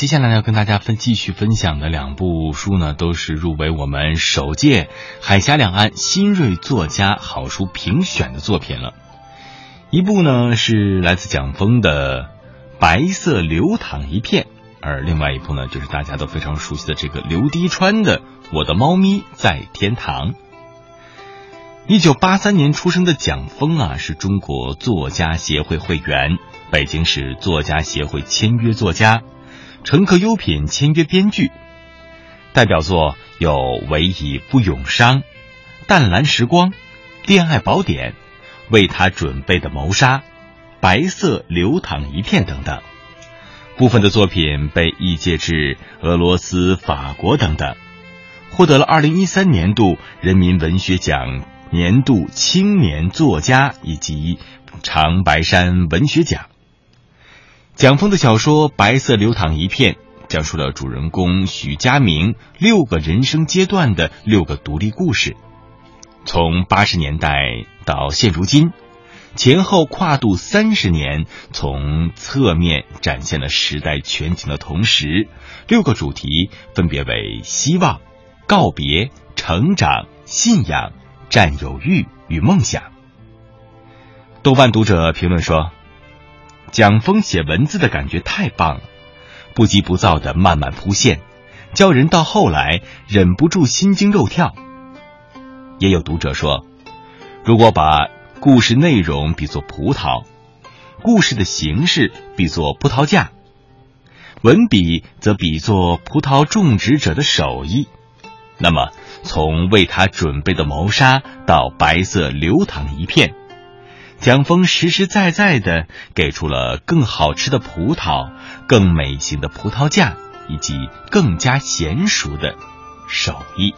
接下来要跟大家继续分享的2部书呢，都是入围我们首届海峡两岸新锐作家好书评选的作品了。一部呢是来自蒋枫的《白色流淌一片》，而另外一部呢就是大家都非常熟悉的这个刘滴川的《我的猫咪在天堂》。1983年出生的蒋枫啊，是中国作家协会会员，北京市作家协会签约作家，陈克优品签约编剧。代表作有《唯以不永伤》、《淡蓝时光》、《恋爱宝典》、《为他准备的谋杀》、《白色流淌一片》等等。部分的作品被译介至俄罗斯、法国等等，获得了2013年度人民文学奖年度青年作家以及长白山文学奖。蒋枫的小说《白色流淌一片》讲述了主人公许家明6个人生阶段的6个独立故事，从80年代到现如今，前后跨度30年，从侧面展现了时代全景的同时，6个主题分别为希望、告别、成长、信仰、占有欲与梦想。豆瓣读者评论说，蒋枫写文字的感觉太棒了，不急不躁地慢慢铺线，叫人到后来忍不住心惊肉跳。也有读者说，如果把故事内容比作葡萄，故事的形式比作葡萄架，文笔则比作葡萄种植者的手艺，那么从为他准备的谋杀到白色流淌一片，蒋枫实实在在地给出了更好吃的葡萄、更美型的葡萄架以及更加娴熟的手艺。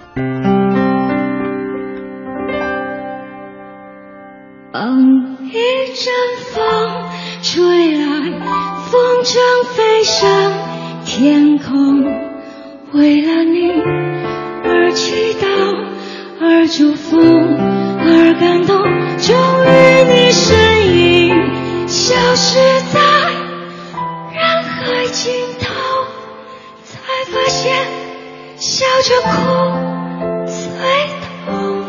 一阵风吹来，风筝飞上天空，为了你而祈祷，而祝福，而感动，终于你身影消失在人海尽头，才发现笑着哭最痛。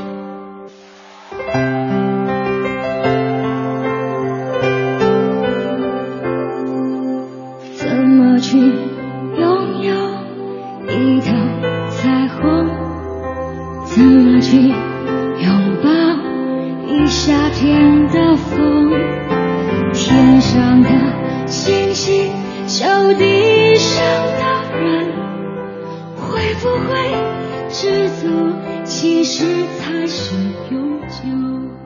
怎么去拥有一条彩虹，怎么去拥抱一夏天的风，天上的星星，手地上的人，会不会知足，其实才是永久。